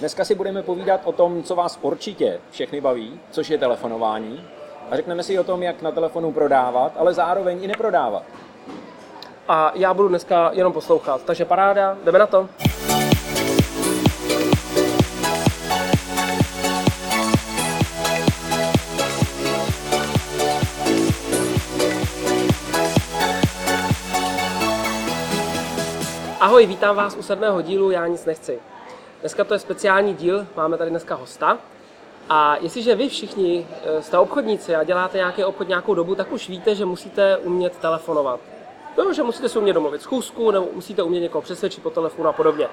Dneska si budeme povídat o tom, co vás určitě všechny baví, což je telefonování. A řekneme si o tom, jak na telefonu prodávat, ale zároveň i neprodávat. A já budu dneska jenom poslouchat, takže paráda, jdeme na to. Ahoj, vítám vás u 7. dílu Já nic nechci. Dneska to je speciální díl, máme tady dneska hosta. A jestliže vy všichni jste obchodníci a děláte nějaký obchod nějakou dobu, tak už víte, že musíte umět telefonovat. No, že musíte si umět domluvit schůzku, nebo musíte umět někoho přesvědčit po telefonu a podobně.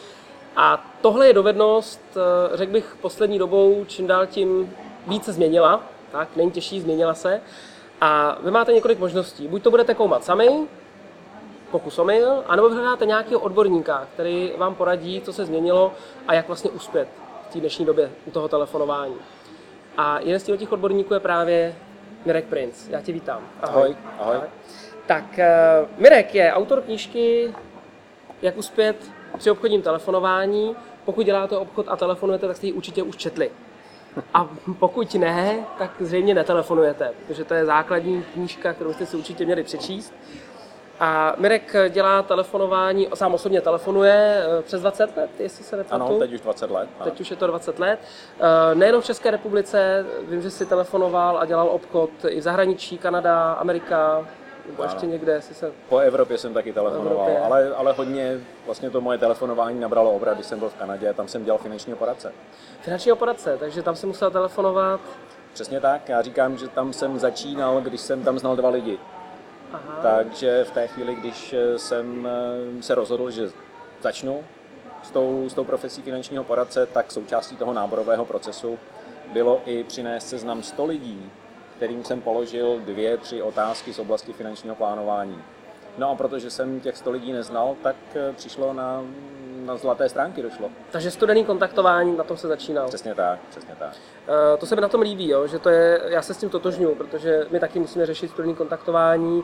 A tohle je dovednost, řekl bych, poslední dobou čím dál tím více změnila. Tak, není těžší, změnila se. A vy máte několik možností. Buď to budete koumat sami, pokus omyl, anebo hledáte nějakého odborníka, který vám poradí, co se změnilo a jak vlastně uspět v té dnešní době u toho telefonování. A jeden z těch odborníků je právě Mirek Princ. Já tě vítám. Ahoj. Ahoj. Tak Mirek je autor knížky Jak uspět při obchodním telefonování. Pokud děláte obchod a telefonujete, tak jste ji určitě už četli. A pokud ne, tak zřejmě netelefonujete, protože to je základní knížka, kterou jste si určitě měli přečíst. A Mirek dělá telefonování, sám osobně telefonuje přes 20 let, jestli se nepletu. Ano, teď už 20 let. Teď už je to 20 let. Nejenom v České republice, vím, že jsi telefonoval a dělal obchod i v zahraničí, Kanada, Amerika, nebo ještě někde. Jestli se... Po Evropě jsem taky telefonoval, ale hodně vlastně to moje telefonování nabralo obrat, když jsem byl v Kanadě, tam jsem dělal finančního poradce. Finančního poradce, takže tam jsem musel telefonovat. Přesně tak, já říkám, že tam jsem začínal, když jsem tam znal 2 lidi. Aha. Takže v té chvíli, když jsem se rozhodl, že začnu s tou profesí finančního poradce, tak součástí toho náborového procesu bylo i přinést seznam 100 lidí, kterým jsem položil 2-3 otázky z oblasti finančního plánování. No a protože jsem těch 100 lidí neznal, tak přišlo na zlaté stránky došlo. Takže studený kontaktování, na tom se začínal. Přesně tak, přesně tak. To se mi na tom líbí, jo, že to je, já se s tím totožňuji, protože my taky musíme řešit studený kontaktování,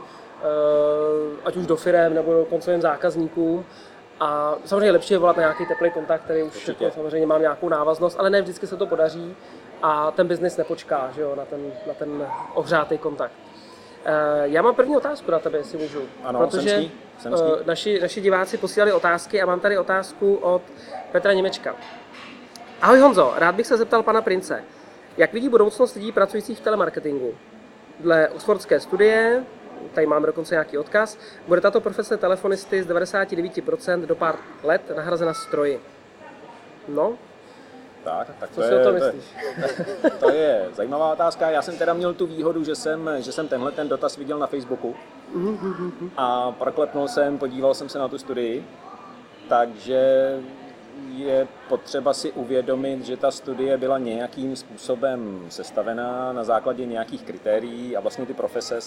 ať už do firem nebo koncovým zákazníkům. A samozřejmě lepší je volat na nějaký teplý kontakt, který už jako, samozřejmě mám nějakou návaznost, ale ne vždycky se to podaří a ten biznis nepočká, že jo, na ten ohřátý kontakt. Já mám první otázku na tebe, jestli můžu. Ano, protože jsem s ní. Naši diváci posílali otázky a mám tady otázku od Petra Němečka. Ahoj Honzo, rád bych se zeptal pana Prince, jak vidí budoucnost lidí pracujících v telemarketingu? Dle oxfordské studie, tady máme dokonce nějaký odkaz, bude tato profese telefonisty z 99% do pár let nahrazena stroji. No, Tak co si o to myslíš? To je zajímavá otázka. Já jsem teda měl tu výhodu, že jsem tenhle ten dotaz viděl na Facebooku a proklepnul jsem, podíval jsem se na tu studii, takže je potřeba si uvědomit, že ta studie byla nějakým způsobem sestavená na základě nějakých kritérií a vlastně ty profese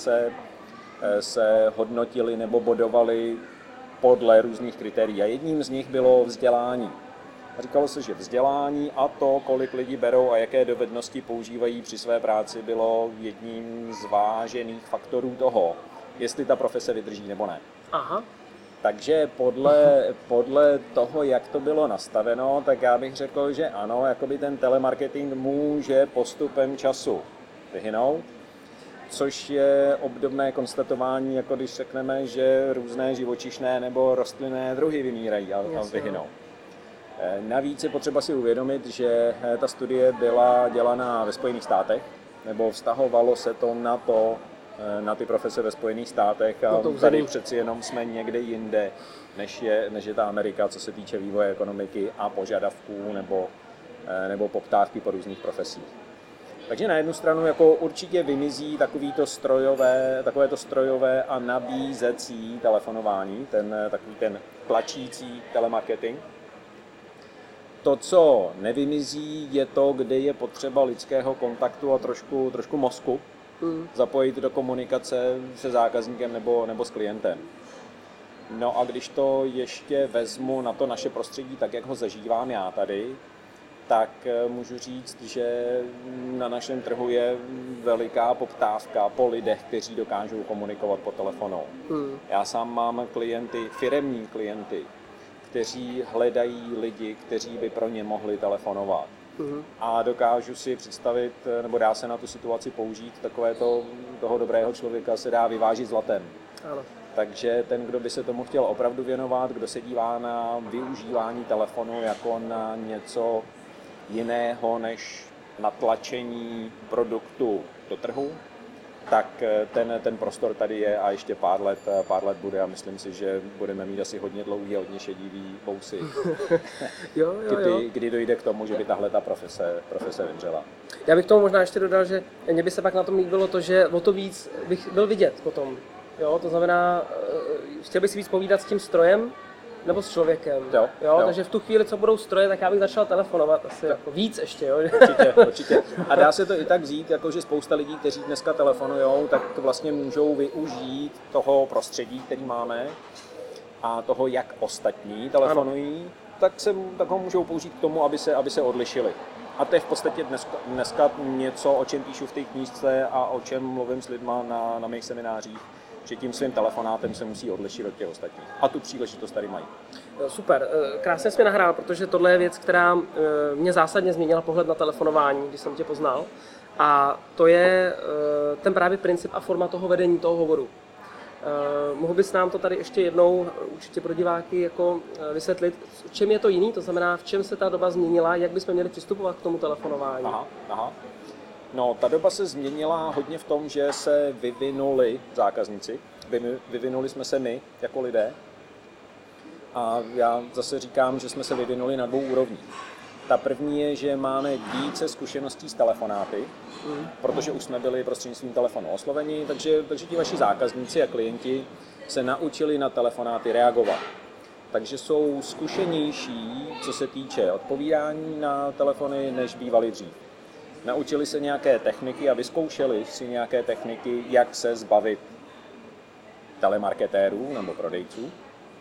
se hodnotily nebo bodovaly podle různých kritérií a jedním z nich bylo vzdělání. Říkalo se, že vzdělání a to, kolik lidí berou a jaké dovednosti používají při své práci, bylo jedním z vážených faktorů toho, jestli ta profese vydrží nebo ne. Aha. Takže podle toho, jak to bylo nastaveno, tak já bych řekl, že ano, jakoby ten telemarketing může postupem času vyhynout, což je obdobné konstatování, jako když řekneme, že různé živočišné nebo rostlinné druhy vymírají a vyhynou. Navíc je potřeba si uvědomit, že ta studie byla dělaná ve Spojených státech, nebo vztahovalo se to na ty profese ve Spojených státech a tady přeci jenom jsme někde jinde, než je ta Amerika, co se týče vývoje ekonomiky a požadavků nebo poptávky po různých profesích. Takže na jednu stranu jako určitě vymizí takovéto strojové a nabízecí telefonování, takový ten tlačící telemarketing. To, co nevymizí, je to, kde je potřeba lidského kontaktu a trošku mozku zapojit do komunikace se zákazníkem nebo s klientem. No a když to ještě vezmu na to naše prostředí, tak jak ho zažívám já tady, tak můžu říct, že na našem trhu je veliká poptávka po lidech, kteří dokážou komunikovat po telefonu. Já sám mám klienty, firemní klienty, kteří hledají lidi, kteří by pro ně mohli telefonovat. A dokážu si představit, nebo dá se na tu situaci použít, toho dobrého člověka se dá vyvážit zlatem. Ano. Takže ten, kdo by se tomu chtěl opravdu věnovat, kdo se dívá na využívání telefonu jako na něco jiného než natlačení produktu do trhu, tak ten prostor tady je a ještě pár let bude a myslím si, že budeme mít asi hodně dlouhý a hodně šedivý vousy, jo. kdy dojde k tomu, že by tahle ta profese vymřela. Já bych tomu možná ještě dodal, že mě by se pak na tom líbilo to, že o to víc bych byl vidět potom. Jo, to znamená, chtěl bych si víc povídat s tím strojem nebo s člověkem. Jo. Takže v tu chvíli, co budou stroje, tak já bych začal telefonovat asi jako víc ještě. Jo? Určitě. A dá se to i tak vzít, jako že spousta lidí, kteří dneska telefonujou, tak vlastně můžou využít toho prostředí, který máme a toho, jak ostatní telefonují, tak ho můžou použít k tomu, aby se odlišili. A to je v podstatě dneska něco, o čem píšu v té knížce a o čem mluvím s lidma na mých seminářích, že tím svým telefonátem se musí odlišit od těch ostatních. A tu příležitost tady mají. Super, krásně jsi mi nahrál, protože tohle je věc, která mě zásadně změnila pohled na telefonování, když jsem tě poznal. A to je ten právě princip a forma toho vedení toho hovoru. Mohl bys nám to tady ještě jednou určitě pro diváky jako vysvětlit, v čem je to jiný, to znamená, v čem se ta doba změnila, jak bychom měli přistupovat k tomu telefonování? Aha. No, ta doba se změnila hodně v tom, že se vyvinuli zákazníci, vyvinuli jsme se my jako lidé a já zase říkám, že jsme se vyvinuli na 2 úrovních. Ta první je, že máme více zkušeností s telefonáty, protože už jsme byli prostřednictvím telefonu osloveni, takže ti vaši zákazníci a klienti se naučili na telefonáty reagovat. Takže jsou zkušenější, co se týče odpovídání na telefony, než bývali dřív. Naučili se nějaké techniky a vyzkoušeli si nějaké techniky, jak se zbavit telemarketérů nebo prodejců.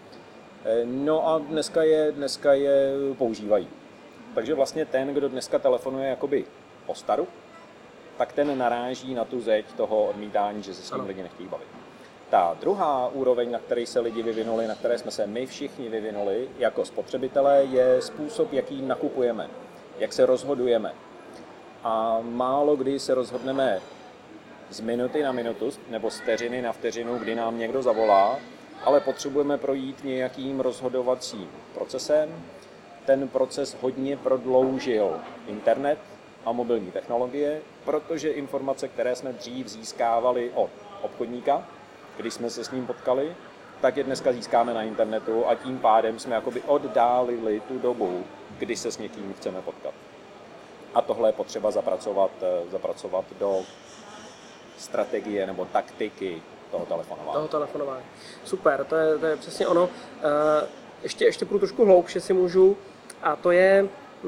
No a dneska je používají. Takže vlastně ten, kdo dneska telefonuje jakoby po staru, tak ten naráží na tu zeď toho odmítání, že se s ním lidi nechtějí bavit. Ta druhá úroveň, na které se lidi vyvinuli, na které jsme se my všichni vyvinuli jako spotřebitelé, je způsob, jaký nakupujeme, jak se rozhodujeme. A málo kdy se rozhodneme z minuty na minutu nebo z vteřiny na vteřinu, kdy nám někdo zavolá, ale potřebujeme projít nějakým rozhodovacím procesem. Ten proces hodně prodloužil internet a mobilní technologie, protože informace, které jsme dřív získávali od obchodníka, když jsme se s ním potkali, tak je dneska získáme na internetu a tím pádem jsme jakoby oddálili tu dobu, kdy se s někým chceme potkat. A tohle je potřeba zapracovat do strategie nebo taktiky toho telefonování. Super, to je přesně ono. Ještě půjdu trošku hloubš, jestli můžu, a to je,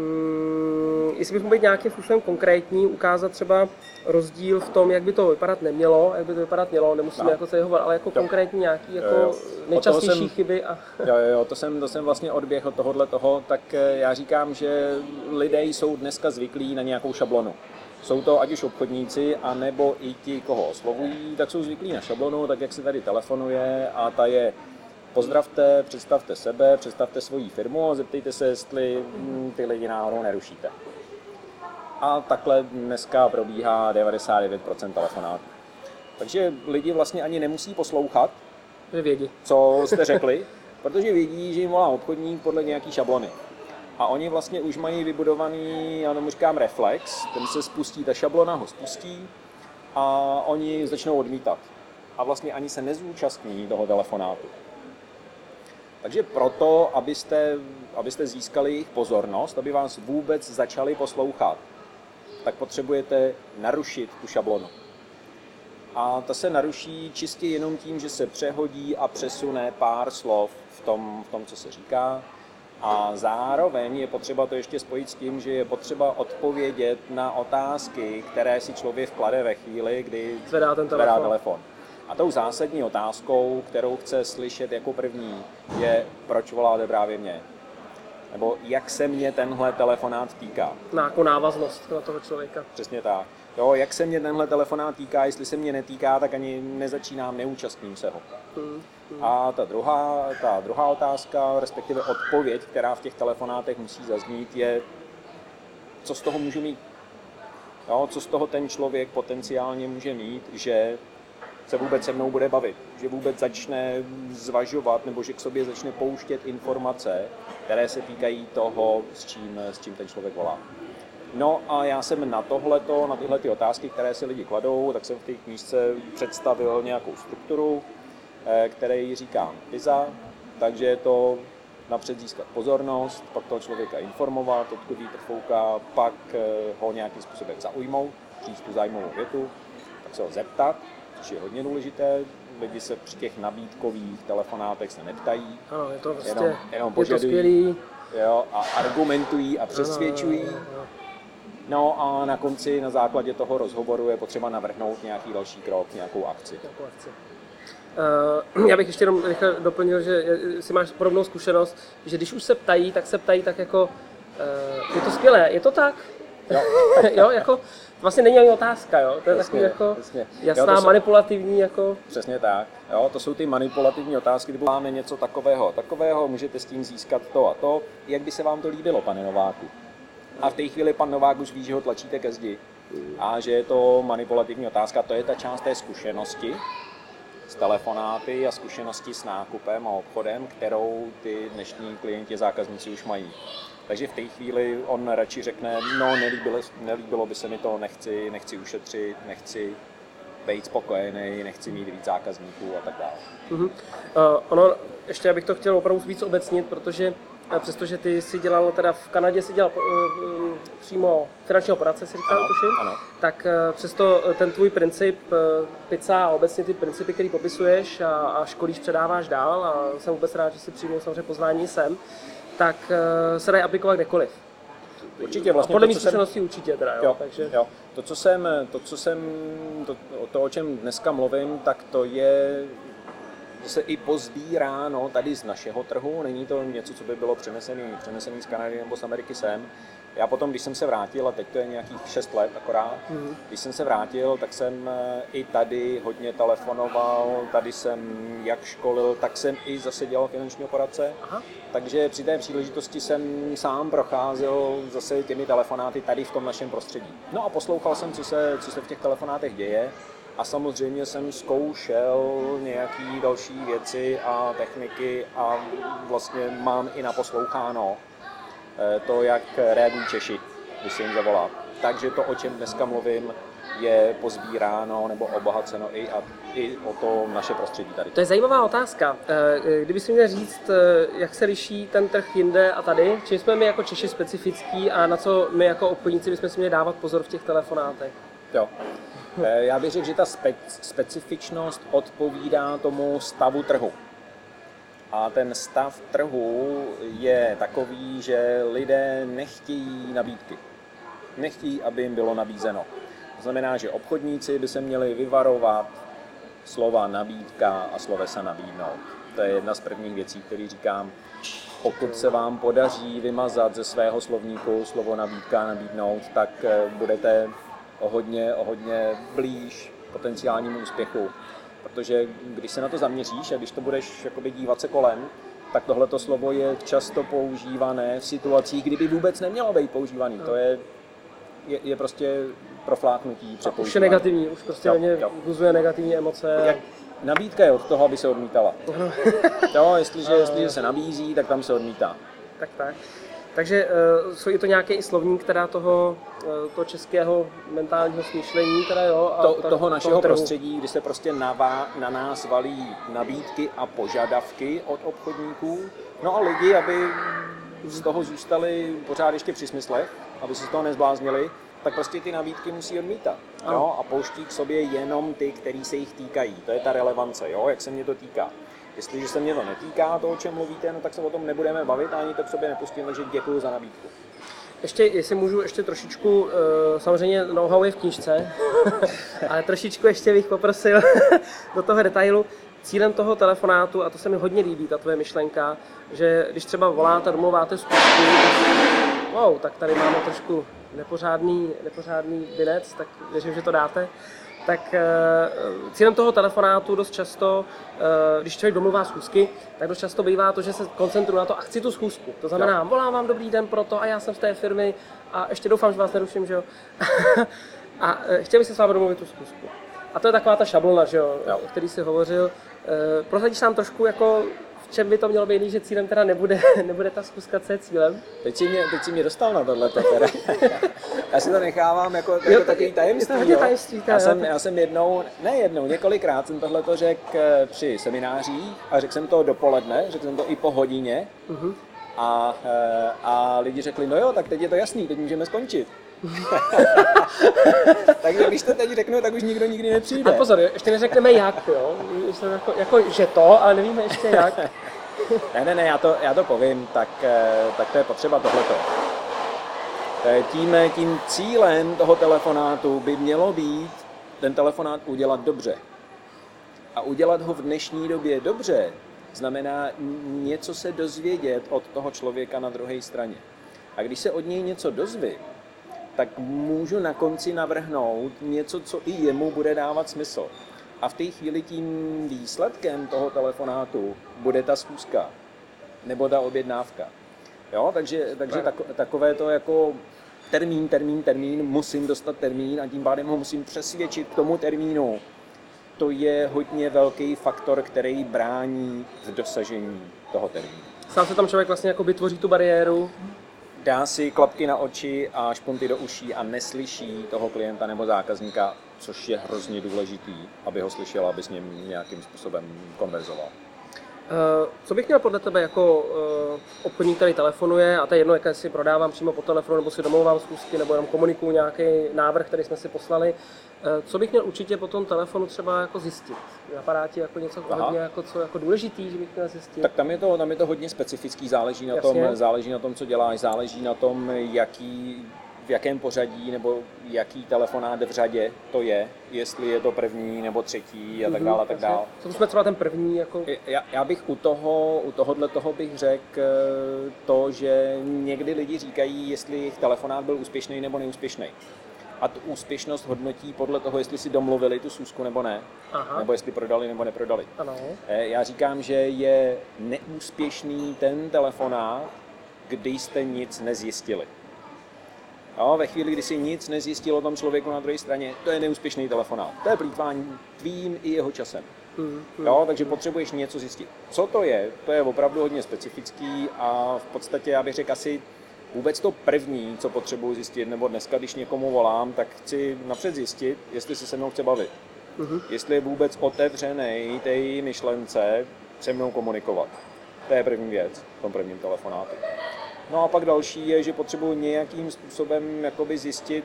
jestli bychom být nějakým způsobem konkrétní, ukázat třeba rozdíl v tom, jak by to vypadat nemělo, jak by to vypadat mělo, nemusíme jako celý hovor, ale jako konkrétní nějaký jako nejčastější chyby. To jsem vlastně odběhl od tohoto, tak já říkám, že lidé jsou dneska zvyklí na nějakou šablonu. Jsou to ať už obchodníci, anebo i ti, koho oslovují, tak jsou zvyklí na šablonu, tak jak se tady telefonuje a ta je: pozdravte, představte sebe, představte svoji firmu a zeptejte se, jestli ty lidi náhodou nerušíte. A takhle dneska probíhá 99% telefonátů. Takže lidi vlastně ani nemusí poslouchat, co jste řekli, protože vědí, že jim volá obchodník podle nějaký šablony. A oni vlastně už mají vybudovaný, já tomu říkám reflex, ten se spustí, ta šablona ho spustí a oni začnou odmítat. A vlastně ani se nezúčastní toho telefonátu. Takže proto, abyste získali jejich pozornost, aby vás vůbec začali poslouchat, tak potřebujete narušit tu šablonu. A ta se naruší čistě jenom tím, že se přehodí a přesune pár slov v tom, co se říká. A zároveň je potřeba to ještě spojit s tím, že je potřeba odpovědět na otázky, které si člověk klade ve chvíli, kdy zvedá telefon. A tou zásadní otázkou, kterou chce slyšet jako první, je: proč voláte právě mě? Nebo jak se mě tenhle telefonát týká. Nějakou návaznost na toho člověka. Přesně tak. Jo, jak se mě tenhle telefonát týká, jestli se mě netýká, tak ani nezačínám, neúčastním se ho. A ta druhá otázka, respektive odpověď, která v těch telefonátech musí zaznít, je, co z toho můžu mít. Jo, co z toho ten člověk potenciálně může mít, že se vůbec se mnou bude bavit, že vůbec začne zvažovat nebo že k sobě začne pouštět informace, které se týkají toho, s čím ten člověk volá. No a já jsem na tyhle ty otázky, které si lidi kladou, tak jsem v té knížce představil nějakou strukturu, které říkám PISA, takže je to napřed získat pozornost, pak toho člověka informovat, odkud vítr fouká, pak ho nějakým způsobem zaujmout, říct tu zájmovou větu, tak se ho zeptat, což je hodně důležité. Lidi se při těch nabídkových telefonátech se neptají, ano, je to vlastně, jenom je to skvělý. Jo, a argumentují a přesvědčují. No a na konci, na základě toho rozhovoru je potřeba navrhnout nějaký další krok, nějakou akci. Já bych ještě jenom rychle doplnil, že si máš podobnou zkušenost, že když už se ptají, tak jako je to skvělé, je to tak? Jo. Jo, jako vlastně není ani otázka, jo? To je takový jako jasná, manipulativní jako... Přesně tak, jo, to jsou ty manipulativní otázky, kdy máme něco takového, můžete s tím získat to a to, jak by se vám to líbilo, pane Nováku. A v té chvíli pan Novák už ví, že ho tlačíte ke zdi a že je to manipulativní otázka, to je ta část té zkušenosti s telefonáty a zkušenosti s nákupem a obchodem, kterou ty dnešní klienti, zákazníci už mají. Takže v té chvíli on radši řekne, no nelíbilo by se mi to, nechci ušetřit, nechci být spokojený, nechci mít víc zákazníků a tak dále. Ono, ještě abych to chtěl opravdu víc obecnit, protože přestože ty si dělal, teda v Kanadě si dělal přímo finančního poradce, si říkal, tuším, tak přesto ten tvůj princip pizza a obecně ty principy, které popisuješ a školíš, předáváš dál a jsem vůbec rád, že si přijmul samozřejmě pozvání sem, tak se dají aplikovat kdekoliv. Určitě vlastně. A podle mých zkušeností určitě teda, jo. Takže... jo. To, o čem dneska mluvím, tak to je se i pozbíráno tady z našeho trhu, není to něco, co by bylo přenesený z Kanady nebo z Ameriky sem. Já potom, když jsem se vrátil, a teď to je nějakých 6 let akorát, když jsem se vrátil, tak jsem i tady hodně telefonoval, tady jsem jak školil, tak jsem i zase dělal finančního poradce. Aha. Takže při té příležitosti jsem sám procházel zase těmi telefonáty tady v tom našem prostředí. No a poslouchal jsem, co se v těch telefonátech děje. A samozřejmě jsem zkoušel nějaké další věci a techniky a vlastně mám i naposloucháno to, jak reagují Češi, když se jim zavolá. Takže to, o čem dneska mluvím, je pozbíráno nebo obohaceno i o to naše prostředí tady. To je zajímavá otázka. Kdyby si měl říct, jak se liší ten trh jinde a tady, čím jsme my jako Češi specifický a na co my jako obchodníci bychom si měli dávat pozor v těch telefonátech? Jo. Já bych řekl, že ta specifičnost odpovídá tomu stavu trhu. A ten stav trhu je takový, že lidé nechtějí nabídky. Nechtějí, aby jim bylo nabízeno. To znamená, že obchodníci by se měli vyvarovat slova nabídka a slovesa nabídnout. To je jedna z prvních věcí, které říkám. Pokud se vám podaří vymazat ze svého slovníku slovo nabídka a nabídnout, tak budete o hodně blíž potenciálnímu úspěchu. Protože když se na to zaměříš a když to budeš jakoby dívat se kolem, tak tohleto slovo je často používané v situacích, kdyby vůbec nemělo být používaný. To je prostě profláknutí, přepoužívání. Už je negativní, už prostě vzbuzuje negativní emoce. Nabídka je od toho, aby se odmítala. Jestliže se nabízí, tak tam se odmítá. Tak. Takže je to nějaký i slovník teda toho českého mentálního smýšlení, teda jo? A toho našeho prostředí, kdy se prostě na nás valí nabídky a požadavky od obchodníků. No a lidi, aby z toho zůstali pořád ještě při smyslech, aby se z toho nezbláznili, tak prostě ty nabídky musí odmítat. Jo? A pouští k sobě jenom ty, který se jich týkají. To je ta relevance, jo? Jak se mě to týká. Jestliže se mě to netýká, to, o čem mluvíte, no tak se o tom nebudeme bavit a ani to k sobě nepustím, takže děkuju za nabídku. Ještě, jestli můžu ještě trošičku, samozřejmě know-how je v knížce, ale trošičku ještě bych poprosil do toho detailu. cílem toho telefonátu, a to se mi hodně líbí, ta tvoje myšlenka, že když třeba voláte a domluváte schůzku, wow, tak tady máme trošku nepořádný binec, tak věřím, že to dáte. Tak cílem toho telefonátu dost často, když člověk domluvá schůzky, tak dost často bývá to, že se koncentruje na to a chci tu schůzku. To znamená, volám vám dobrý den proto a já jsem z té firmy a ještě doufám, že vás neruším, že jo. A chtěl bych se s vámi domluvit tu schůzku. A to je taková ta šablona, že jo, o který jsi hovořil. Prozradíš nám trošku, jako v čem by to mělo být, že cílem teda nebude ta schůzka, co je cílem? Teď si mě dostal na tohle teda. Já si to nechávám jako takový tajemství. Je to tajemství, já jsem několikrát jsem tohleto řekl při seminářích a řekl jsem to dopoledne, řekl jsem to i po hodině. A lidi řekli, no jo, tak teď je to jasný, teď můžeme skončit. Takže když to teď řeknu, tak už nikdo nikdy nepřijde. A pozor, ještě neřekneme jak, jo? Jako že to, ale nevíme ještě jak. Ne, já to povím, tak to je potřeba tohleto. Tím cílem toho telefonátu by mělo být ten telefonát udělat dobře. A udělat ho v dnešní době dobře znamená něco se dozvědět od toho člověka na druhé straně. A když se od něj něco dozví, tak můžu na konci navrhnout něco, co i jemu bude dávat smysl. A v té chvíli tím výsledkem toho telefonátu bude ta schůzka nebo ta objednávka. Jo, takže takové to jako termín, musím dostat termín a tím pádem ho musím přesvědčit k tomu termínu. To je hodně velký faktor, který brání v dosažení toho termínu. Sám se tam člověk vlastně jako vytvoří tu bariéru. Dá si klapky na oči a špunty do uší a neslyší toho klienta nebo zákazníka, což je hrozně důležitý, aby ho slyšel, aby s ním nějakým způsobem konverzoval. Co bych měl podle tebe jako obchodník, který telefonuje, a to je jedno, jak si prodávám přímo po telefonu, nebo si domlouvám schůzky, nebo jenom komunikuju nějaký návrh, který jsme si poslali, co bych měl určitě po tom telefonu třeba jako zjistit? Napadá ti jako něco hodně jako důležitý, že bych měl zjistit? Tak tam je to hodně specifický, záleží na tom, co děláš, záleží na tom, v jakém pořadí nebo jaký telefonát v řadě to je, jestli je to první nebo třetí a tak dále, tak dále. Co jsme třeba ten první? Jako... Já bych u tohohle bych řekl to, že někdy lidi říkají, jestli jejich telefonát byl úspěšný nebo neúspěšný. A tu úspěšnost hodnotí podle toho, jestli si domluvili tu schůzku nebo ne, nebo jestli prodali nebo neprodali. Ano. Já říkám, že je neúspěšný ten telefonát, kdy jste nic nezjistili. Jo, ve chvíli, kdy si nic nezjistil o tom člověku na druhé straně, to je neúspěšný telefonát. To je plýtvání tvým i jeho časem. Jo, takže potřebuješ něco zjistit. Co to je opravdu hodně specifický a v podstatě já bych řekl asi vůbec to první, co potřebuji zjistit, nebo dneska, když někomu volám, tak chci napřed zjistit, jestli se mnou chce bavit. Jestli je vůbec otevřený té myšlence se mnou komunikovat. To je první věc v tom prvním telefonátu. No a pak další je, že potřebuji nějakým způsobem jakoby zjistit,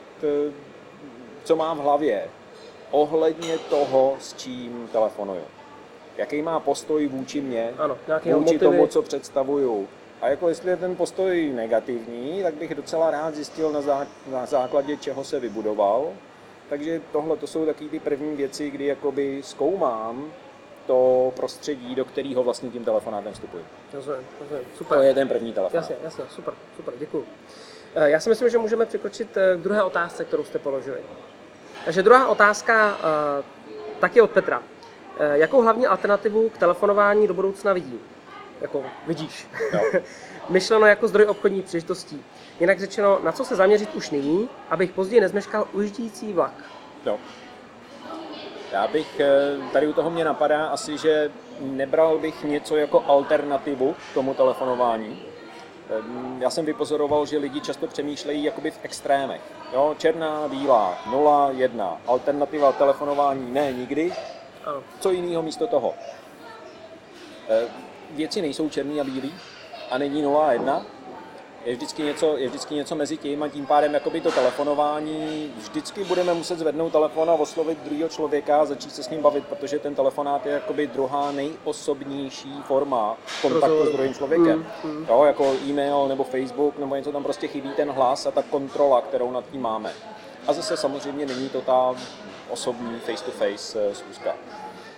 co mám v hlavě ohledně toho, s čím telefonuju. Jaký má postoj vůči mně, vůči tomu, co představuju. A jako jestli je ten postoj negativní, tak bych docela rád zjistil na základě čeho se vybudoval. Takže tohle to jsou taky ty první věci, kdy jakoby zkoumám to prostředí, do kterého vlastně tím telefonátem vstupuji. Rozumím, super. To je ten první telefonát. Jasně, super, děkuju. Já si myslím, že můžeme přikročit k druhé otázce, kterou jste položili. Takže druhá otázka taky od Petra. Jakou hlavní alternativu k telefonování do budoucna vidí? Jako vidíš. No. Myšleno jako zdroj obchodní příležitostí. Jinak řečeno, na co se zaměřit už nyní, abych později nezmeškal ujíždějící vlak. No. Já bych, tady u toho mě napadá asi, že nebral bych něco jako alternativu k tomu telefonování. Já jsem vypozoroval, že lidi často přemýšlejí jakoby v extrémech. Jo, černá, bílá, 0, 1, alternativa telefonování ne, nikdy. Ano. Co jiného místo toho? Věci nejsou černý a bílý a není 0 a 1. Je vždycky něco mezi tím a tím pádem jakoby to telefonování, vždycky budeme muset zvednout telefon a oslovit druhého člověka a začít se s ním bavit, protože ten telefonát je jakoby druhá nejosobnější forma kontaktu s druhým člověkem. Jo, jako e-mail nebo Facebook nebo něco, tam prostě chybí ten hlas a ta kontrola, kterou nad tím máme. A zase samozřejmě není to ta osobní face-to-face schůzka.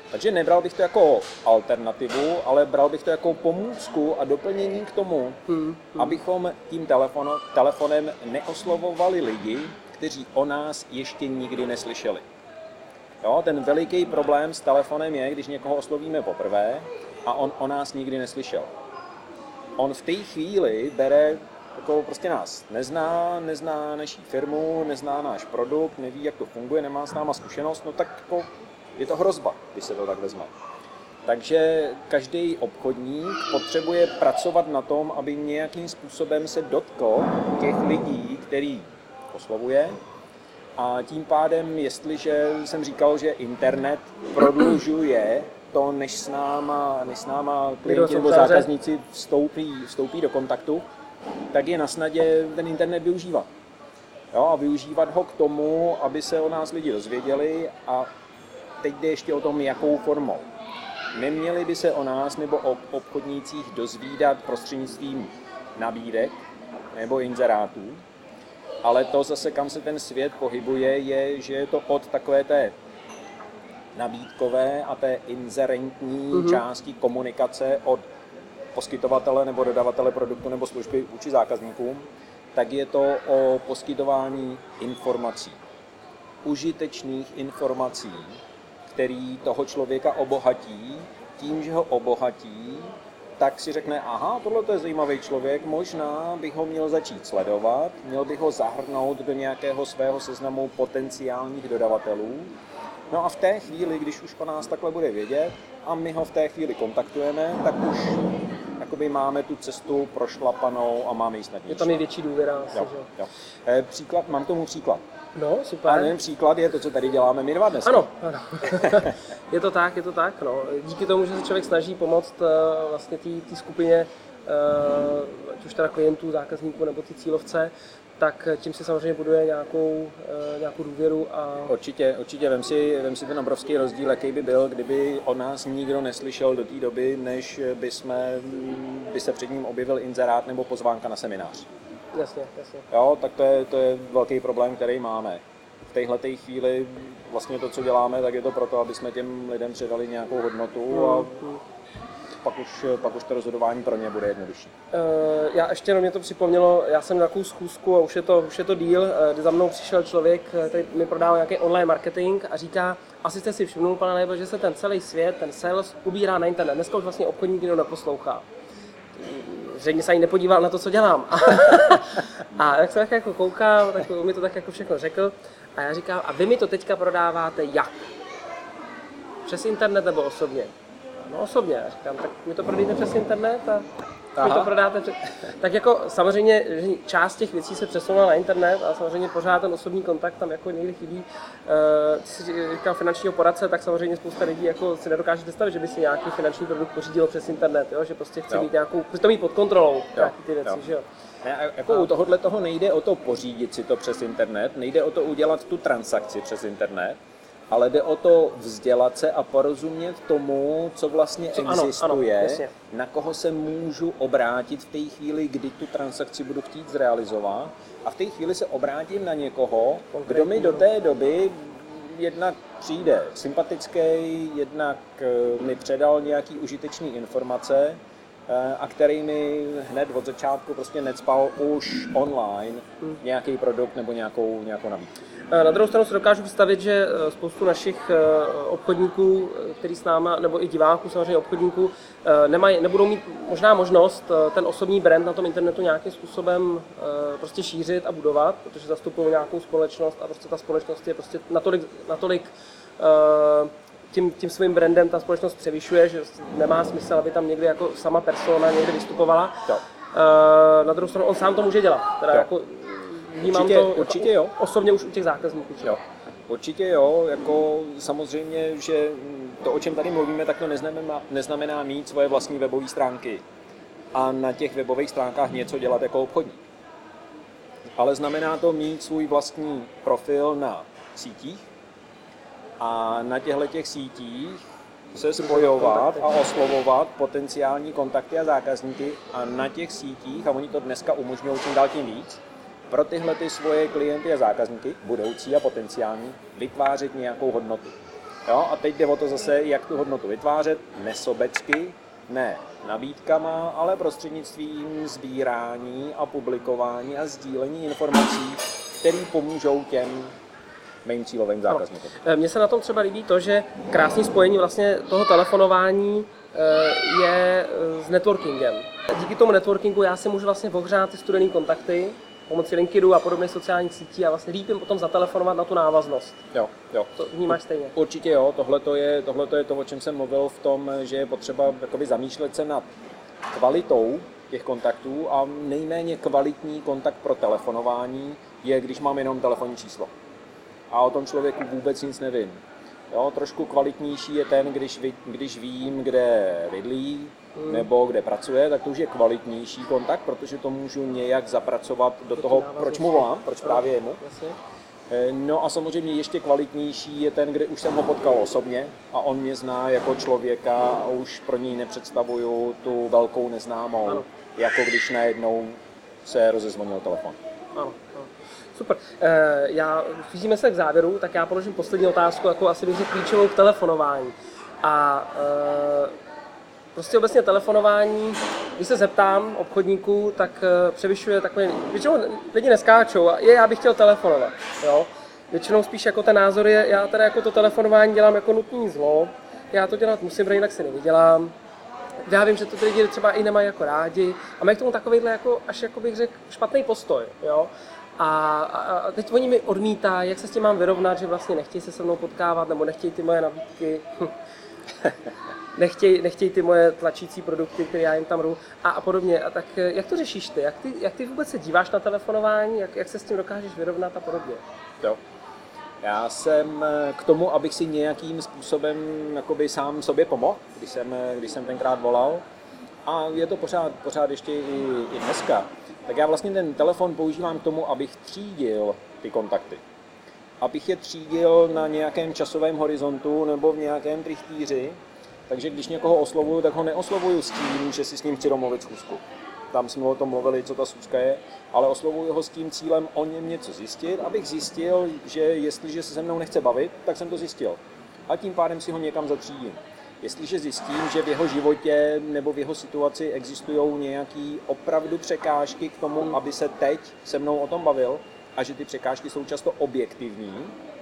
Takže nebral bych to jako alternativu, ale bral bych to jako pomůcku a doplnění k tomu, abychom tím telefonem neoslovovali lidi, kteří o nás ještě nikdy neslyšeli. Jo, ten veliký problém s telefonem je, když někoho oslovíme poprvé a on o nás nikdy neslyšel. On v té chvíli bere, jako prostě nás nezná naší firmu, nezná náš produkt, neví, jak to funguje, nemá s náma zkušenost, no tak jako je to hrozba, když se to tak vezme. Takže každý obchodník potřebuje pracovat na tom, aby nějakým způsobem se dotkl těch lidí, který oslovuje. A tím pádem, jestliže jsem říkal, že internet prodlužuje to, než s náma klienti nebo zákazníci vstoupí do kontaktu, tak je na snadě ten internet využívat. Jo, a využívat ho k tomu, aby se o nás lidi dozvěděli, a teď jde ještě o tom, jakou formou. Neměli by se o nás nebo o obchodnících dozvídat prostřednictvím nabídek nebo inzerátů, ale to zase, kam se ten svět pohybuje, je, že je to od takové té nabídkové a té inzerentní části komunikace od poskytovatele nebo dodavatele produktu nebo služby vůči zákazníkům, tak je to o poskytování informací. Užitečných informací, který toho člověka obohatí, tím, že ho obohatí, tak si řekne, aha, tohle je zajímavý člověk, možná bych ho měl začít sledovat, měl bych ho zahrnout do nějakého svého seznamu potenciálních dodavatelů. No a v té chvíli, když už o nás takhle bude vědět a my ho v té chvíli kontaktujeme, tak už jakoby máme tu cestu prošlapanou a máme ji snadnější. Je tam i větší důvěra. Jo. Příklad, mám tomu příklad. No, super. A ten příklad je to, co tady děláme my dva dnes. Ano. Je to tak. No. Díky tomu, že se člověk snaží pomoct vlastně té skupině, ať už teda klientů, zákazníků nebo ty cílovce, tak tím si samozřejmě buduje nějakou důvěru. A... Určitě, vem si ten obrovský rozdíl, jaký by byl, kdyby o nás nikdo neslyšel do té doby, než by se před ním objevil inzerát nebo pozvánka na seminář. Jasně. Jo, tak to je velký problém, který máme. V téhleté chvíli vlastně to, co děláme, tak je to proto, aby jsme těm lidem předali nějakou hodnotu a pak už to rozhodování pro ně bude jednodušší. Já ještě mě to připomnělo, já jsem na takovou schůzku a už je to deal, kdy za mnou přišel člověk, který mi prodával nějaký online marketing a říká, asi jste si všimnul, pane Leiber, že se ten celý svět, ten sales ubírá na internet. Dneska už vlastně obchodník nikdo neposlouchá. Zřejmě se ani nepodíval na to, co dělám. A jak se tak jako koukám, tak mi to tak jako všechno řekl. A já říkám, a vy mi to teďka prodáváte jak? Přes internet nebo osobně? No osobně. Já říkám, tak mi to prodejte přes internet a mi to prodáte přes... Tak jako samozřejmě část těch věcí se přesunula na internet a samozřejmě pořád ten osobní kontakt tam jako někdy chybí. Ty jsi říkal finančního poradce, tak samozřejmě spousta lidí jako si nedokáže představit, že by si nějaký finanční produkt pořídilo přes internet, jo? Že prostě chce mít chce to mít pod kontrolou, nějaký ty věci, že jo. Jako u tohohle toho nejde o to pořídit si to přes internet, nejde o to udělat tu transakci přes internet, ale jde o to vzdělat se a porozumět tomu, co vlastně existuje, ano, na koho se můžu obrátit v té chvíli, kdy tu transakci budu chtít zrealizovat, a v té chvíli se obrátím na někoho, kdo mi do té doby jednak přijde sympatický, jednak mi předal nějaký užitečný informace a který mi hned od začátku prostě necpal už online nějaký produkt nebo nějakou nabídku. Na druhou stranu si dokážu představit, že spoustu našich obchodníků, který s náma, nebo i diváků samozřejmě obchodníků, nebudou mít možná možnost ten osobní brand na tom internetu nějakým způsobem prostě šířit a budovat, protože zastupují nějakou společnost a prostě ta společnost je prostě natolik tím svým brandem ta společnost převyšuje, že nemá smysl, aby tam někdy jako sama persona někde vystupovala. Na druhou stranu on sám to může dělat. Teda jako vnímám určitě jo. Osobně už u těch zákazníků. Jo. Určitě jo, jako samozřejmě, že to, o čem tady mluvíme, tak to neznamená mít svoje vlastní webové stránky a na těch webových stránkách něco dělat jako obchodník. Ale znamená to mít svůj vlastní profil na sítích a na těchto sítích se spojovat a oslovovat potenciální kontakty a zákazníky a na těch sítích, a oni to dneska umožňují čím dál tím víc, pro tyhle ty svoje klienty a zákazníky, budoucí a potenciální, vytvářet nějakou hodnotu. Jo? A teď jde o to zase, jak tu hodnotu vytvářet, nesobecky, ne nabídkama, ale prostřednictvím sbírání a publikování a sdílení informací, které pomůžou těm mým cílovým zákazníkům. Mně se na tom třeba líbí to, že krásné spojení vlastně toho telefonování je s networkingem. Díky tomu networkingu já si můžu vlastně ohřát ty studené kontakty pomocí LinkedInu a podobných sociálních sítí a vlastně líp jim potom zatelefonovat na tu návaznost. Jo. To vnímáš stejně? Určitě jo, tohle je to, o čem jsem mluvil v tom, že je potřeba zamýšlet se nad kvalitou těch kontaktů a nejméně kvalitní kontakt pro telefonování je, když mám jenom telefonní číslo. A o tom člověku vůbec nic nevím. Jo, trošku kvalitnější je ten, když vím, kde bydlí nebo kde pracuje, tak to už je kvalitnější kontakt, protože to můžu nějak zapracovat do toho, proč mu volám, proč právě jemu. No a samozřejmě ještě kvalitnější je ten, kde už jsem ho potkal osobně a on mě zná jako člověka a už pro něj nepředstavuju tu velkou neznámou, jako když najednou se rozezvonil telefon. Ano. Super. Blížíme se k závěru, tak já položím poslední otázku, jako asi bych řekl klíčovou k telefonování. A prostě obecně telefonování, když se zeptám obchodníků, tak převyšuje takové, většinou lidi neskáčou a já bych chtěl telefonovat, jo. Většinou spíš jako ten názor je, já tady jako to telefonování dělám jako nutný zlo, já to dělat musím, protože jinak si nevydělám. Já vím, že to ty lidi třeba i nemají jako rádi a mají k tomu takovýhle jako, až jako bych řekl, špatný postoj, jo. A teď oni mi odmítají, jak se s tím mám vyrovnat, že vlastně nechtějí se mnou potkávat, nebo nechtějí ty moje nabídky, nechtějí ty moje tlačící produkty, které já jim tam jdu a podobně. A tak jak to řešíš ty? Jak ty vůbec se díváš na telefonování, jak se s tím dokážeš vyrovnat a podobně? Jo. Já jsem k tomu, abych si nějakým způsobem jakoby sám sobě pomohl, když jsem tenkrát volal, a je to pořád ještě i dneska, tak já vlastně ten telefon používám k tomu, abych třídil ty kontakty. Abych je třídil na nějakém časovém horizontu nebo v nějakém trichtýři, takže když někoho oslovuju, tak ho neoslovuju s tím, že si s ním chci domluvit schůzku. Tam jsme o tom mluvili, co ta schůzka je, ale oslovuju ho s tím cílem o něm něco zjistit, abych zjistil, že jestliže se mnou nechce bavit, tak jsem to zjistil. A tím pádem si ho někam zatřídím. Jestliže zjistím, že v jeho životě nebo v jeho situaci existují nějaké opravdu překážky k tomu, aby se teď se mnou o tom bavil, a že ty překážky jsou často objektivní,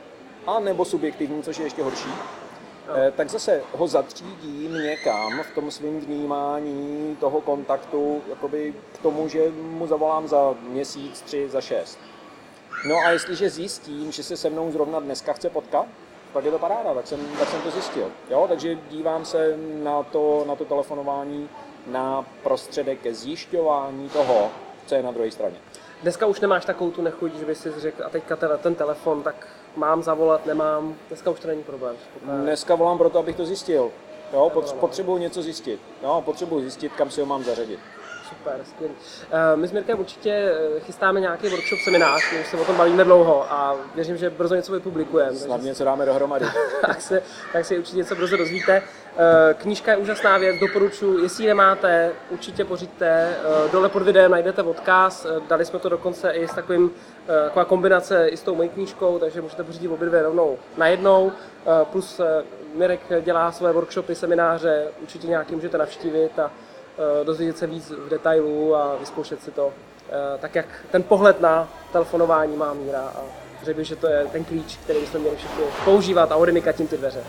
a nebo subjektivní, což je ještě horší, tak zase ho zatřídím někam v tom svém vnímání toho kontaktu jakoby k tomu, že mu zavolám za měsíc, 3, za 6. No a jestliže zjistím, že se se mnou zrovna dneska chce potkat, tak je to paráda, tak jsem to zjistil. Jo? Takže dívám se na to telefonování, na prostředek ke zjišťování toho, co je na druhé straně. Dneska už nemáš takovou tu nechuť, že bys si řekl, a teďka ten telefon, tak mám zavolat, nemám. Dneska už to není problém. Dneska volám proto, abych to zjistil. Jo? Potřebuji něco zjistit. Jo? Potřebuji zjistit, kam si ho mám zařadit. Super, skvělý. My s Mirkem určitě chystáme nějaký workshop, seminář, my už se o tom bavíme dlouho a věřím, že brzo něco vypublikujeme. Snad něco dáme dohromady. tak si určitě něco brzo dozvíte. Knížka je úžasná věc, doporučuji, jestli ji nemáte, určitě pořiďte. Dole pod videem najdete odkaz, dali jsme to dokonce i s taková kombinace i s tou mojí knížkou, takže můžete pořídit obě dvě rovnou najednou. Plus Mirek dělá své workshopy, semináře, určitě nějaký můžete navštívit a dozvědět se víc v detailu a vyzkoušet si to, tak jak ten pohled na telefonování má Míra a řekl bych, že to je ten klíč, který bychom měli všichni používat a odemykat tím ty dveře.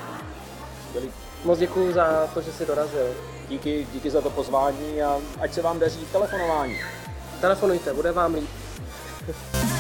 Moc děkuju za to, že jsi dorazil. Díky za to pozvání a ať se vám daří v telefonování. Telefonujte, bude vám líp.